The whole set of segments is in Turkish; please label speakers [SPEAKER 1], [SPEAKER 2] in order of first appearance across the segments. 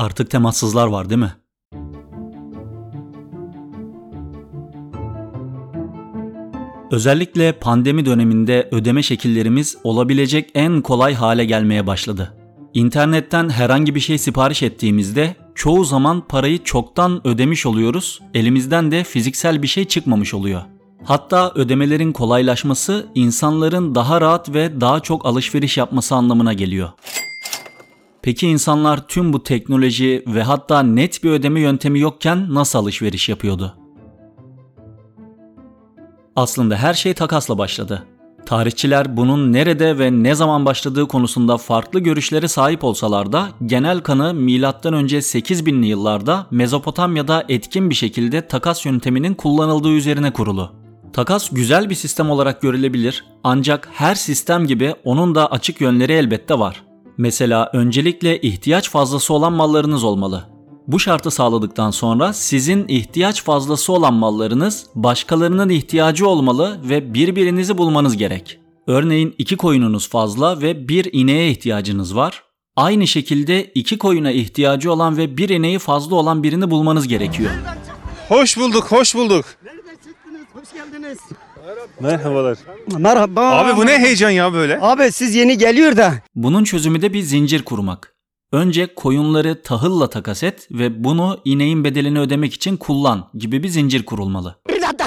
[SPEAKER 1] Artık temassızlar var değil mi? Özellikle pandemi döneminde ödeme şekillerimiz olabilecek en kolay hale gelmeye başladı. İnternetten herhangi bir şey sipariş ettiğimizde çoğu zaman parayı çoktan ödemiş oluyoruz, elimizden de fiziksel bir şey çıkmamış oluyor. Hatta ödemelerin kolaylaşması insanların daha rahat ve daha çok alışveriş yapması anlamına geliyor. Peki insanlar tüm bu teknoloji ve hatta net bir ödeme yöntemi yokken nasıl alışveriş yapıyordu? Aslında her şey takasla başladı. Tarihçiler bunun nerede ve ne zaman başladığı konusunda farklı görüşlere sahip olsalar da genel kanı M.Ö. 8000'li yıllarda Mezopotamya'da etkin bir şekilde takas yönteminin kullanıldığı üzerine kurulu. Takas güzel bir sistem olarak görülebilir ancak her sistem gibi onun da açık yönleri elbette var. Mesela öncelikle ihtiyaç fazlası olan mallarınız olmalı. Bu şartı sağladıktan sonra sizin ihtiyaç fazlası olan mallarınız başkalarının ihtiyacı olmalı ve birbirinizi bulmanız gerek. Örneğin 2 koyununuz fazla ve 1 ineğe ihtiyacınız var. Aynı şekilde 2 koyuna ihtiyacı olan ve 1 ineği fazla olan birini bulmanız gerekiyor.
[SPEAKER 2] Hoş bulduk.
[SPEAKER 3] Nereden çıktınız? Hoş geldiniz.
[SPEAKER 2] Merhabalar.
[SPEAKER 3] Merhaba.
[SPEAKER 2] Abi bu ne heyecan ya böyle?
[SPEAKER 3] Abi siz yeni geliyor da.
[SPEAKER 1] Bunun çözümü de bir zincir kurmak. Önce koyunları tahılla takas et ve bunu ineğin bedelini ödemek için kullan gibi bir zincir kurulmalı.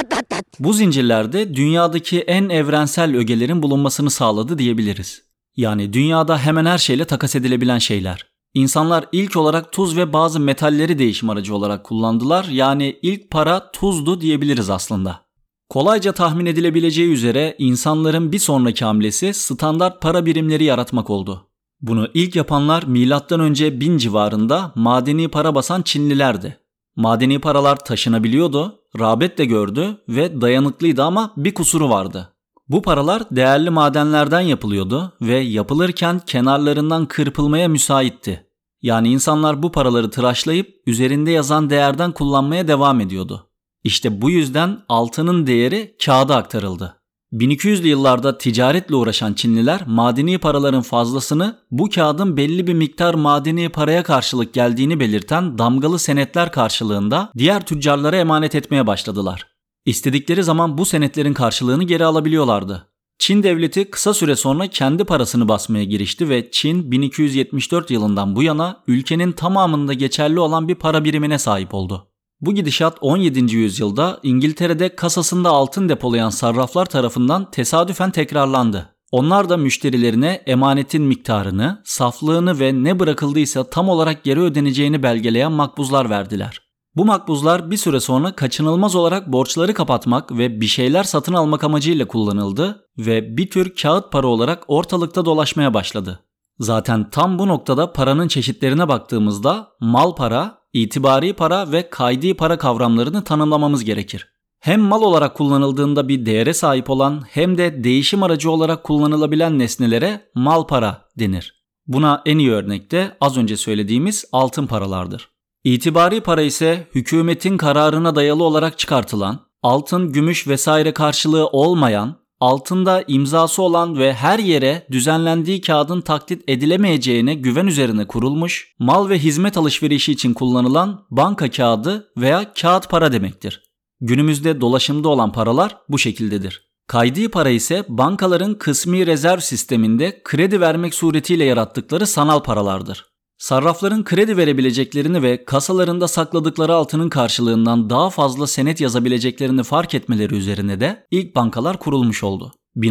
[SPEAKER 1] Bu zincirlerde dünyadaki en evrensel ögelerin bulunmasını sağladı diyebiliriz. Yani dünyada hemen her şeyle takas edilebilen şeyler. İnsanlar ilk olarak tuz ve bazı metalleri değişim aracı olarak kullandılar. Yani ilk para tuzdu diyebiliriz aslında. Kolayca tahmin edilebileceği üzere insanların bir sonraki hamlesi standart para birimleri yaratmak oldu. Bunu ilk yapanlar M.Ö. 1000 civarında madeni para basan Çinlilerdi. Madeni paralar taşınabiliyordu, rağbet de gördü ve dayanıklıydı ama bir kusuru vardı. Bu paralar değerli madenlerden yapılıyordu ve yapılırken kenarlarından kırpılmaya müsaitti. Yani insanlar bu paraları tıraşlayıp üzerinde yazan değerden kullanmaya devam ediyordu. İşte bu yüzden altının değeri kağıda aktarıldı. 1200'lü yıllarda ticaretle uğraşan Çinliler madeni paraların fazlasını bu kağıdın belli bir miktar madeni paraya karşılık geldiğini belirten damgalı senetler karşılığında diğer tüccarlara emanet etmeye başladılar. İstedikleri zaman bu senetlerin karşılığını geri alabiliyorlardı. Çin devleti kısa süre sonra kendi parasını basmaya girişti ve Çin 1274 yılından bu yana ülkenin tamamında geçerli olan bir para birimine sahip oldu. Bu gidişat 17. yüzyılda İngiltere'de kasasında altın depolayan sarraflar tarafından tesadüfen tekrarlandı. Onlar da müşterilerine emanetin miktarını, saflığını ve ne bırakıldıysa tam olarak geri ödeneceğini belgeleyen makbuzlar verdiler. Bu makbuzlar bir süre sonra kaçınılmaz olarak borçları kapatmak ve bir şeyler satın almak amacıyla kullanıldı ve bir tür kağıt para olarak ortalıkta dolaşmaya başladı. Zaten tam bu noktada paranın çeşitlerine baktığımızda mal para, itibari para ve kaydi para kavramlarını tanımlamamız gerekir. Hem mal olarak kullanıldığında bir değere sahip olan hem de değişim aracı olarak kullanılabilen nesnelere mal para denir. Buna en iyi örnek de az önce söylediğimiz altın paralardır. İtibari para ise hükümetin kararına dayalı olarak çıkartılan, altın, gümüş vesaire karşılığı olmayan, altında imzası olan ve her yere düzenlendiği kağıdın taklit edilemeyeceğine güven üzerine kurulmuş, mal ve hizmet alışverişi için kullanılan banka kağıdı veya kağıt para demektir. Günümüzde dolaşımda olan paralar bu şekildedir. Kaydi para ise bankaların kısmi rezerv sisteminde kredi vermek suretiyle yarattıkları sanal paralardır. Sarrafların kredi verebileceklerini ve kasalarında sakladıkları altının karşılığından daha fazla senet yazabileceklerini fark etmeleri üzerine de ilk bankalar kurulmuş oldu.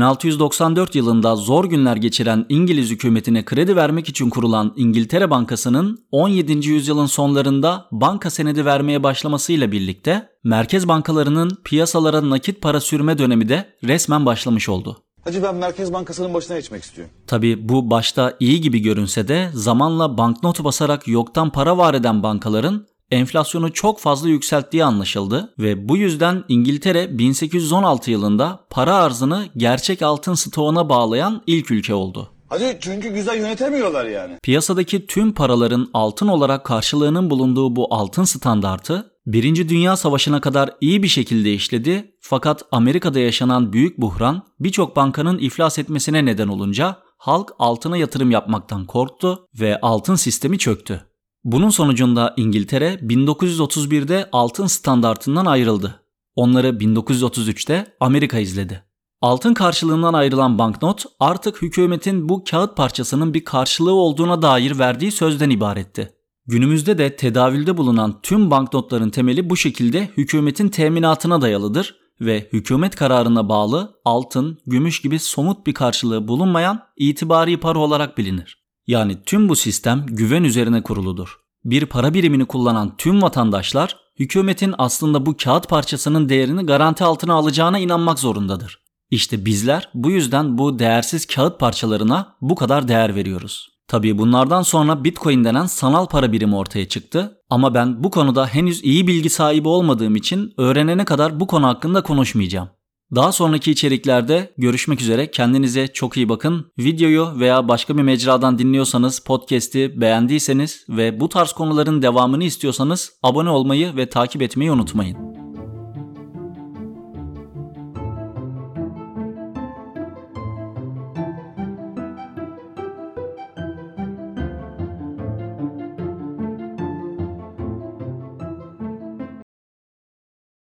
[SPEAKER 1] 1694 yılında zor günler geçiren İngiliz hükümetine kredi vermek için kurulan İngiltere Bankası'nın 17. yüzyılın sonlarında banka senedi vermeye başlamasıyla birlikte merkez bankalarının piyasalara nakit para sürme dönemi de resmen başlamış oldu.
[SPEAKER 4] Hacı ben Merkez Bankası'nın başına geçmek istiyorum.
[SPEAKER 1] Tabii bu başta iyi gibi görünse de zamanla banknot basarak yoktan para var eden bankaların enflasyonu çok fazla yükselttiği anlaşıldı ve bu yüzden İngiltere 1816 yılında para arzını gerçek altın stoğuna bağlayan ilk ülke oldu.
[SPEAKER 4] Hacı çünkü güzel yönetemiyorlar yani.
[SPEAKER 1] Piyasadaki tüm paraların altın olarak karşılığının bulunduğu bu altın standartı 1. Dünya Savaşı'na kadar iyi bir şekilde işledi fakat Amerika'da yaşanan büyük buhran birçok bankanın iflas etmesine neden olunca halk altına yatırım yapmaktan korktu ve altın sistemi çöktü. Bunun sonucunda İngiltere 1931'de altın standartından ayrıldı. Onları 1933'te Amerika izledi. Altın karşılığından ayrılan banknot artık hükümetin bu kağıt parçasının bir karşılığı olduğuna dair verdiği sözden ibaretti. Günümüzde de tedavülde bulunan tüm banknotların temeli bu şekilde hükümetin teminatına dayalıdır ve hükümet kararına bağlı altın, gümüş gibi somut bir karşılığı bulunmayan itibari para olarak bilinir. Yani tüm bu sistem güven üzerine kuruludur. Bir para birimini kullanan tüm vatandaşlar hükümetin aslında bu kağıt parçasının değerini garanti altına alacağına inanmak zorundadır. İşte bizler bu yüzden bu değersiz kağıt parçalarına bu kadar değer veriyoruz. Tabii bunlardan sonra Bitcoin denen sanal para birimi ortaya çıktı ama ben bu konuda henüz iyi bilgi sahibi olmadığım için öğrenene kadar bu konu hakkında konuşmayacağım. Daha sonraki içeriklerde görüşmek üzere, kendinize çok iyi bakın. Videoyu veya başka bir mecradan dinliyorsanız podcast'i beğendiyseniz ve bu tarz konuların devamını istiyorsanız abone olmayı ve takip etmeyi unutmayın.